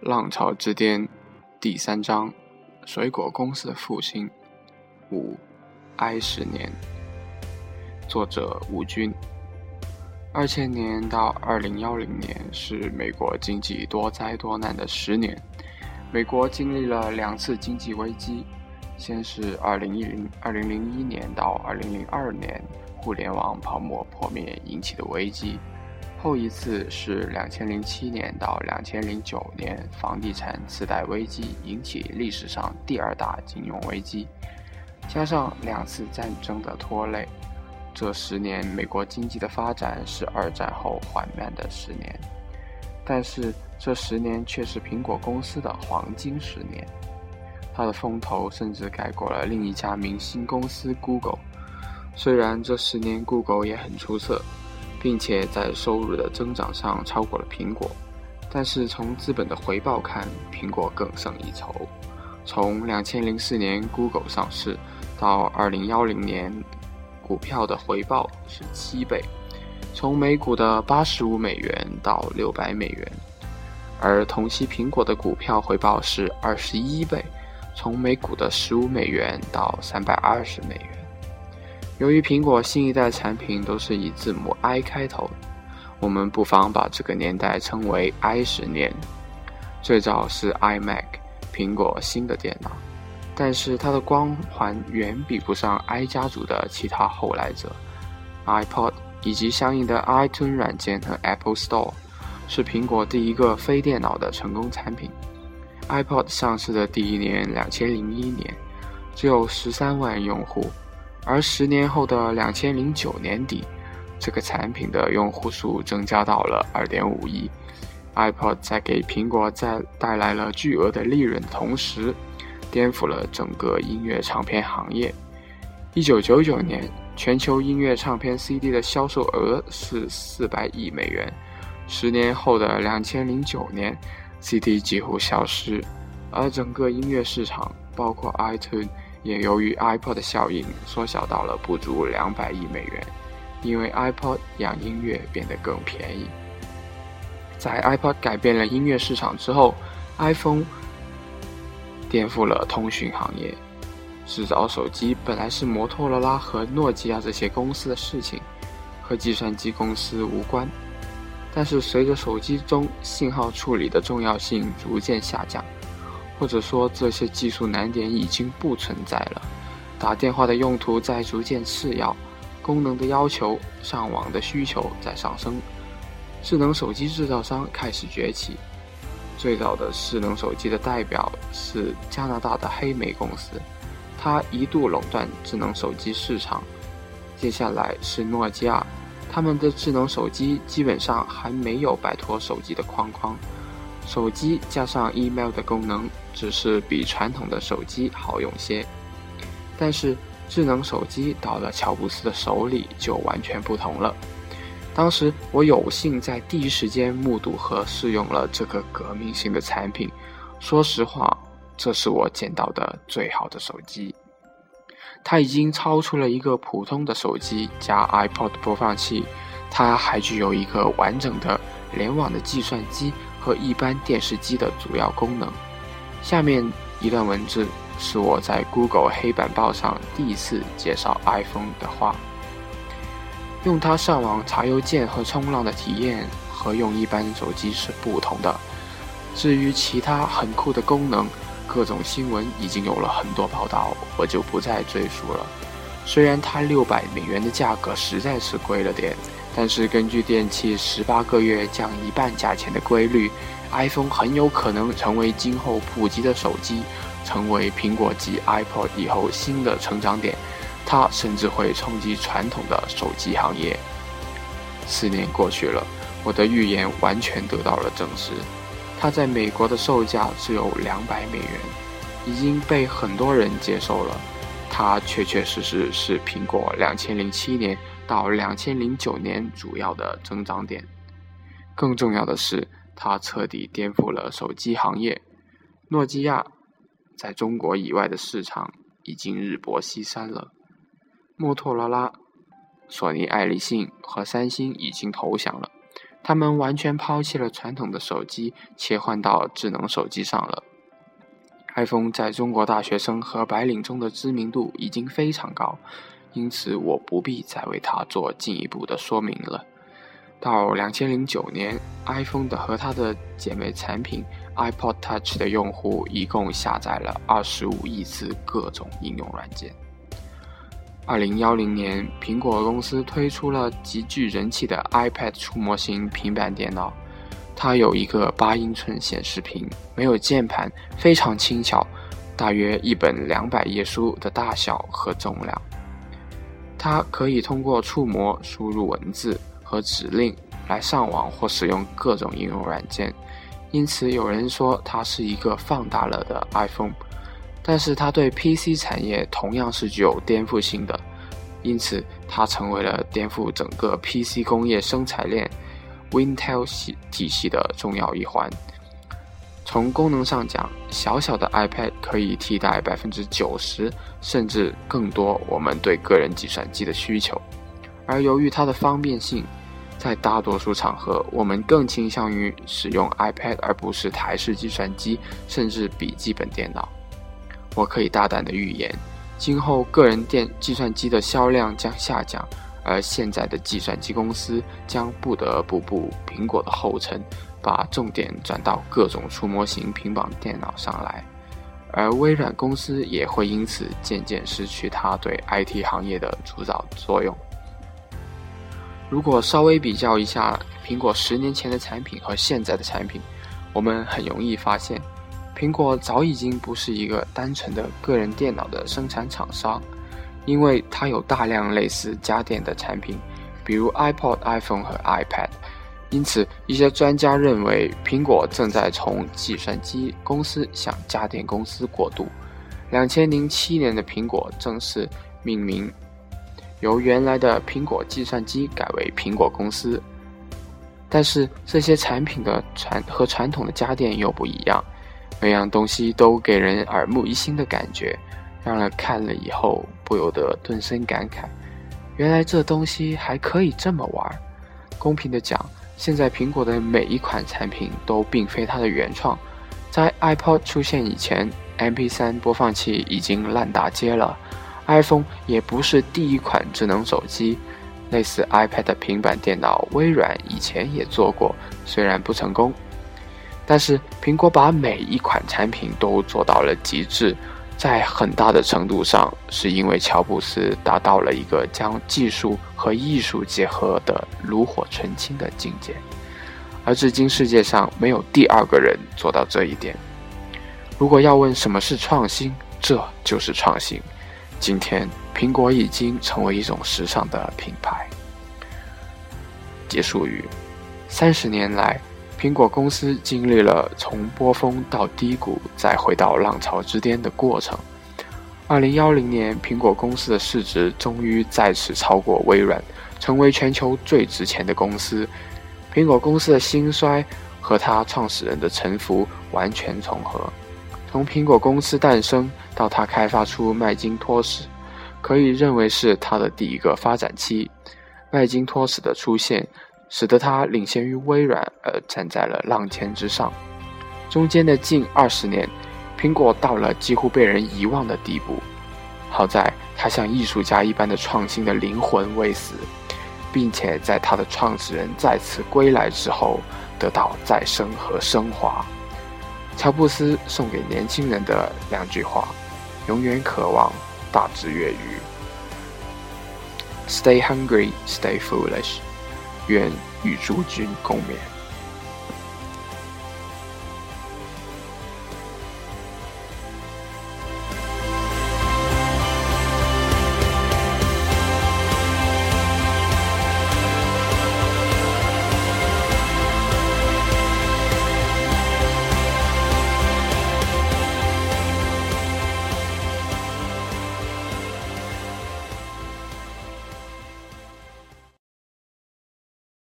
浪潮之巅第3章，水果公司的复兴5 I10年。作者吴军。2000年到2010年是美国经济多灾多难的10年。美国经历了2次经济危机，先是2001年到2002年互联网泡沫破灭引起的危机，后一次是2007年到2009年房地产次贷危机引起历史上第2大金融危机，加上2次战争的拖累，这10年美国经济的发展是2战后缓慢的10年，但是这10年却是苹果公司的黄金10年。它的风头甚至盖过了另一家明星公司 Google。 虽然这10年 Google 也很出色，并且在收入的增长上超过了苹果，但是从资本的回报看，苹果更胜一筹。从2004年 Google 上市到2010年，股票的回报是7倍，从每股的85美元到600美元，而同期苹果的股票回报是21倍，从每股的15美元到320美元。由于苹果新一代产品都是以字母 I 开头，我们不妨把这个年代称为 I10年。最早是 iMac， 苹果新的电脑，但是它的光环远比不上 I 家族的其他后来者。iPod 以及相应的 iTunes 软件和 Apple Store 是苹果第一个非电脑的成功产品。iPod 上市的第一年2001年只有13万用户，而10年后的2009年底，这个产品的用户数增加到了 2.5 亿。iPod 在给苹果带来了巨额的利润的同时，颠覆了整个音乐唱片行业。1999年，全球音乐唱片 CD 的销售额是400亿美元。10年后的2009年 CD 几乎消失，而整个音乐市场包括 iTunes 也由于 iPod 的效应缩小到了不足200亿美元，因为 iPod 让音乐变得更便宜。在 iPod 改变了音乐市场之后， iPhone 颠覆了通讯行业。制造手机本来是摩托罗拉和诺基亚这些公司的事情，和计算机公司无关。但是随着手机中信号处理的重要性逐渐下降，或者说这些技术难点已经不存在了，打电话的用途在逐渐次要，功能的要求、上网的需求在上升，智能手机制造商开始崛起。最早的智能手机的代表是加拿大的黑莓公司，它一度垄断智能手机市场。接下来是诺基亚，他们的智能手机基本上还没有摆脱手机的框框，手机加上 email 的功能只是比传统的手机好用些。但是智能手机到了乔布斯的手里就完全不同了。当时我有幸在第一时间目睹和试用了这个革命性的产品，说实话，这是我见到的最好的手机。它已经超出了一个普通的手机加 iPod 播放器，它还具有一个完整的联网的计算机和一般电视机的主要功能。下面一段文字是我在 Google 黑板报上第一次介绍 iPhone 的话。用它上网查邮件和冲浪的体验和用一般手机是不同的。至于其他很酷的功能，各种新闻已经有了很多报道，我就不再赘述了。虽然它600美元的价格实在是贵了点，但是根据电器18个月降一半价钱的规律， iPhone 很有可能成为今后普及的手机，成为苹果继 iPod 以后新的成长点，它甚至会冲击传统的手机行业。4年过去了，我的预言完全得到了证实。它在美国的售价只有200美元，已经被很多人接受了。它确确实实是苹果2007年到2009年主要的增长点。更重要的是，它彻底颠覆了手机行业。诺基亚在中国以外的市场已经日薄西山了。摩托罗拉、索尼爱立信和三星已经投降了， 他们完全抛弃了传统的手机，切换到智能手机上了。iPhone 在中国大学生和白领中的知名度已经非常高，因此我不必再为它做进一步的说明了。到2009年 ，iPhone 和它的姐妹产品 iPod Touch 的用户一共下载了25亿次各种应用软件。2010年，苹果公司推出了极具人气的 iPad 触摸型平板电脑，它有一个8英寸显示屏，没有键盘，非常轻巧，大约一本200页书的大小和重量。它可以通过触摸输入文字和指令来上网或使用各种应用软件，因此有人说它是一个放大了的 iPhone。但是它对 PC 产业同样是具有颠覆性的，因此它成为了颠覆整个 PC 工业生产链 Intel 体系的重要一环。从功能上讲，小小的 iPad 可以替代 90% 甚至更多我们对个人计算机的需求，而由于它的方便性，在大多数场合我们更倾向于使用 iPad 而不是台式计算机甚至笔记本电脑。我可以大胆地预言，今后个人计算机的销量将下降，而现在的计算机公司将不得不步苹果的后尘，把重点转到各种触摸型平板电脑上来，而微软公司也会因此渐渐失去它对 IT 行业的主导作用。如果稍微比较一下苹果10年前的产品和现在的产品，我们很容易发现，苹果早已经不是一个单纯的个人电脑的生产厂商，因为它有大量类似家电的产品，比如 iPod、iPhone 和 iPad。因此，一些专家认为，苹果正在从计算机公司向家电公司过渡。2007年的苹果正式命名，由原来的苹果计算机改为苹果公司。但是，这些产品的和传统的家电又不一样。每样东西都给人耳目一新的感觉，让人看了以后不由得顿生感慨，原来这东西还可以这么玩。公平地讲，现在苹果的每一款产品都并非它的原创。在 iPod 出现以前， MP3 播放器已经烂大街了， iPhone 也不是第一款智能手机，类似 iPad 的平板电脑微软以前也做过，虽然不成功。但是苹果把每一款产品都做到了极致，在很大的程度上是因为乔布斯达到了一个将技术和艺术结合的炉火纯青的境界，而至今世界上没有第二个人做到这一点。如果要问什么是创新，这就是创新。今天苹果已经成为一种时尚的品牌。结束语：30年来，苹果公司经历了从波峰到低谷再回到浪潮之巅的过程。2010年，苹果公司的市值终于再次超过微软，成为全球最值钱的公司。苹果公司的兴衰和它创始人的沉浮完全重合。从苹果公司诞生到它开发出麦金托什，可以认为是它的第一个发展期。麦金托什的出现使得它领先于微软而站在了浪尖之上。中间的近20年，苹果到了几乎被人遗忘的地步。好在它像艺术家一般的创新的灵魂未死，并且在它的创始人再次归来之后得到再生和升华。乔布斯送给年轻人的2句话：永远渴望，大智若愚。 Stay hungry, stay foolish。愿与诸君共勉。